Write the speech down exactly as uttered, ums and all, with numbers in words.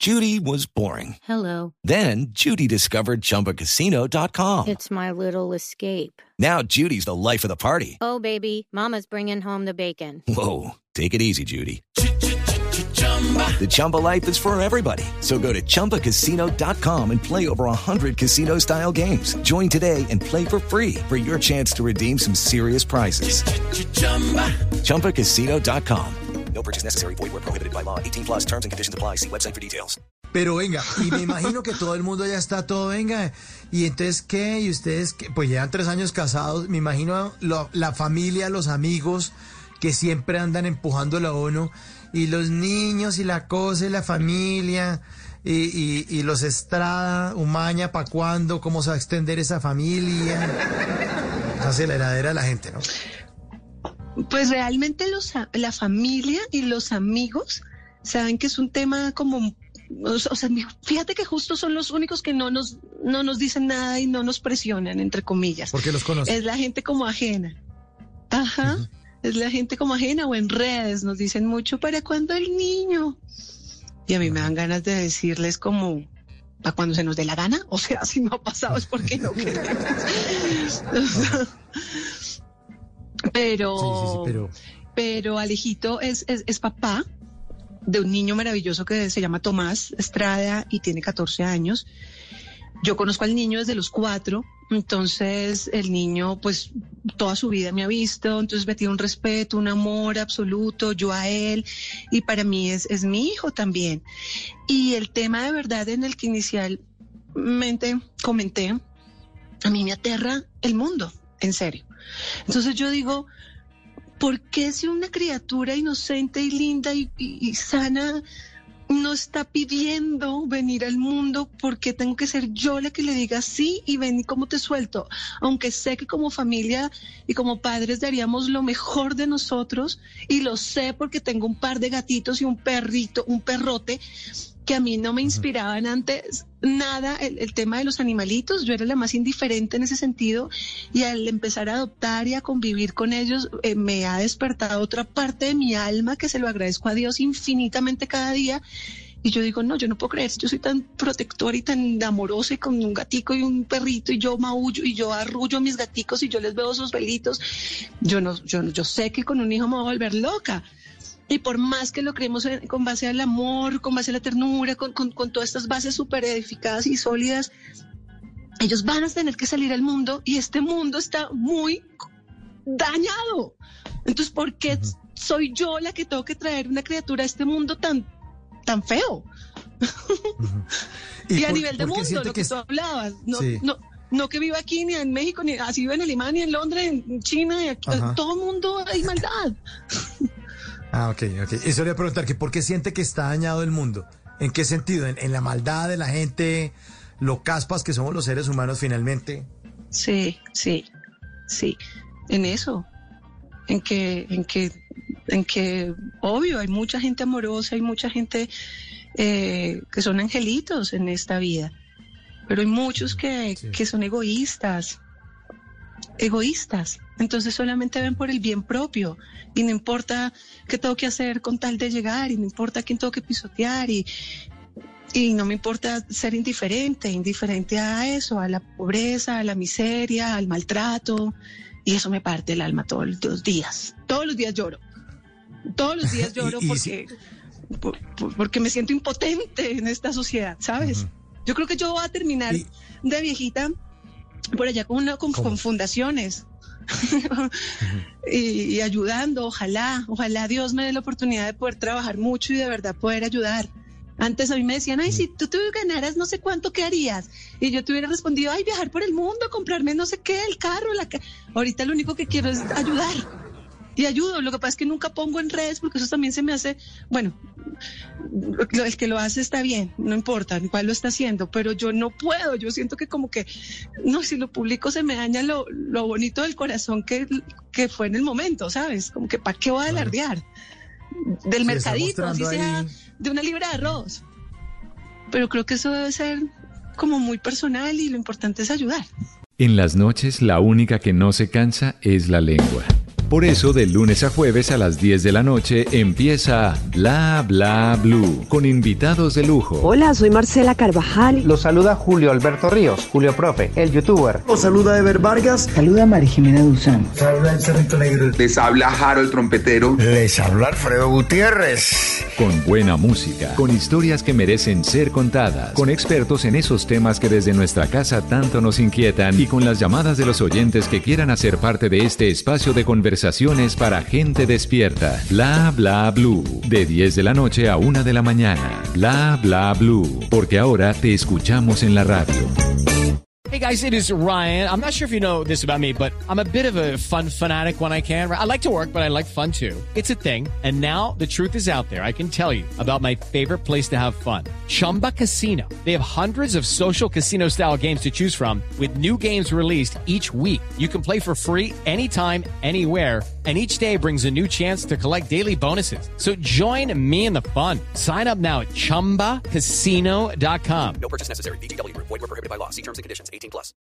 Judy was boring. Hello. Then Judy discovered Chumba Casino dot com. It's my little escape. Now Judy's the life of the party. Oh, baby, mama's bringing home the bacon. Whoa, take it easy, Judy. The Chumba life is for everybody. So go to Chumba Casino dot com and play over one hundred casino-style games. Join today and play for free for your chance to redeem some serious prizes. Chumba Casino dot com. No purchase necessary. Void where prohibited by law. eighteen plus terms and conditions apply. See website for details. Pero venga, y me imagino que todo el mundo ya está todo, venga, y entonces, ¿qué? Y ustedes, ¿qué? Pues llevan tres años casados, me imagino lo, la familia, los amigos que siempre andan empujando a uno, y los niños y la cosa y la familia, y, y, y los Estrada, Umaña, ¿para cuándo? ¿Cómo se va a extender esa familia? Hace la heladera de la gente, ¿no? Pues realmente los, la familia y los amigos saben que es un tema como, o sea, fíjate que justo son los únicos que no nos, no nos dicen nada y no nos presionan, entre comillas. Porque los conocen. Es la gente como ajena. Ajá. Uh-huh. Es la gente como ajena, o en redes nos dicen mucho, ¿para cuándo el niño? Y a mí uh-huh. me dan ganas de decirles como, ¿para cuando se nos dé la gana? O sea, si no ha pasado es porque no queremos. Uh-huh. Pero, sí, sí, sí, pero, pero Alejito es, es, es papá de un niño maravilloso que se llama Tomás Estrada y tiene catorce años. Yo conozco al niño desde los cuatro, entonces el niño pues toda su vida me ha visto, entonces me tiene un respeto, un amor absoluto, yo a él, y para mí es, es mi hijo también. Y el tema de verdad en el que inicialmente comenté, a mí me aterra el mundo, en serio. Entonces yo digo, ¿por qué si una criatura inocente y linda y, y, y sana no está pidiendo venir al mundo? ¿Por qué tengo que ser yo la que le diga sí y ven y cómo te suelto? Aunque sé que como familia y como padres daríamos lo mejor de nosotros, y lo sé porque tengo un par de gatitos y un perrito, un perrote, que a mí no me inspiraban antes nada el, el tema de los animalitos. Yo era la más indiferente en ese sentido, y al empezar a adoptar y a convivir con ellos eh, me ha despertado otra parte de mi alma que se lo agradezco a Dios infinitamente cada día. Y yo digo, no, yo no puedo creer, yo soy tan protectora y tan amorosa y con un gatico y un perrito, y yo maullo y yo arrullo a mis gaticos y yo les veo sus velitos. Yo no, yo, yo sé que con un hijo me voy a volver loca. Y por más que lo creemos con base al amor, con base a la ternura, con, con, con todas estas bases súper edificadas y sólidas, ellos van a tener que salir al mundo, y este mundo está muy dañado. Entonces, ¿por qué uh-huh. soy yo la que tengo que traer una criatura a este mundo tan, tan feo? Uh-huh. Y, y a por, nivel de mundo, lo que, que tú hablabas, no, sí. no, no que viva aquí, ni en México, ni así vive en Alemania, en Londres, en China, y aquí, uh-huh. todo el mundo hay maldad. Ah, ok, ok. Eso le voy a preguntar, que ¿por qué siente que está dañado el mundo? ¿En qué sentido? ¿En, en la maldad de la gente, lo caspas que somos los seres humanos finalmente? Sí, sí, sí. En eso. En que, en que, en que, obvio, hay mucha gente amorosa, hay mucha gente eh, que son angelitos en esta vida. Pero hay muchos que, sí. que son egoístas. egoístas, entonces solamente ven por el bien propio, y no importa qué tengo que hacer con tal de llegar, y no importa quién tengo que pisotear, y, y no me importa ser indiferente, indiferente a eso, a la pobreza, a la miseria, al maltrato, y eso me parte el alma todos los días, todos los días lloro, todos los días lloro y, y porque, si... por, por, porque me siento impotente en esta sociedad, ¿sabes? Uh-huh. Yo creo que yo voy a terminar y... de viejita por allá con, una, con, con fundaciones uh-huh. y, y ayudando, ojalá, ojalá Dios me dé la oportunidad de poder trabajar mucho y de verdad poder ayudar. Antes a mí me decían, ay, uh-huh. si tú te ganaras no sé cuánto, ¿qué harías? Y yo te hubiera respondido, ay, viajar por el mundo, comprarme no sé qué, el carro, la ca-. Ahorita lo único que quiero es ayudar. Y ayudo, lo que pasa es que nunca pongo en redes porque eso también se me hace, bueno, el que lo hace está bien, no importa cuál lo está haciendo, pero yo no puedo, yo siento que como que, no, si lo publico se me daña lo, lo bonito del corazón que, que fue en el momento, ¿sabes? Como que ¿para qué voy a alardear? Del se mercadito, así sea ahí... de una libra de arroz. Pero creo que eso debe ser como muy personal y lo importante es ayudar. En las noches la única que no se cansa es la lengua. Por eso, de lunes a jueves a las diez de la noche empieza Bla Bla Blue, con invitados de lujo. Hola, soy Marcela Carvajal. Los saluda Julio Alberto Ríos, Julio Profe, el youtuber. Los saluda Ever Vargas. Saluda María Jimena Duzán. Saluda el Cerrito Negro. Les habla Jaro el trompetero. Les habla Alfredo Gutiérrez. Con buena música, con historias que merecen ser contadas, con expertos en esos temas que desde nuestra casa tanto nos inquietan y con las llamadas de los oyentes que quieran hacer parte de este espacio de conversaciones para gente despierta. Bla Bla Blue, de diez de la noche a una de la mañana. Bla Bla Blue, porque ahora te escuchamos en la radio. Hey guys, it is Ryan. I'm not sure if you know this about me, but I'm a bit of a fun fanatic when I can. I like to work, but I like fun too. It's a thing. And now the truth is out there. I can tell you about my favorite place to have fun. Chumba Casino. They have hundreds of social casino style games to choose from with new games released each week. You can play for free anytime, anywhere. And each day brings a new chance to collect daily bonuses. So join me in the fun. Sign up now at chumba casino dot com. No purchase necessary. V G W Group. Void where prohibited by law. See terms and conditions. eighteen plus.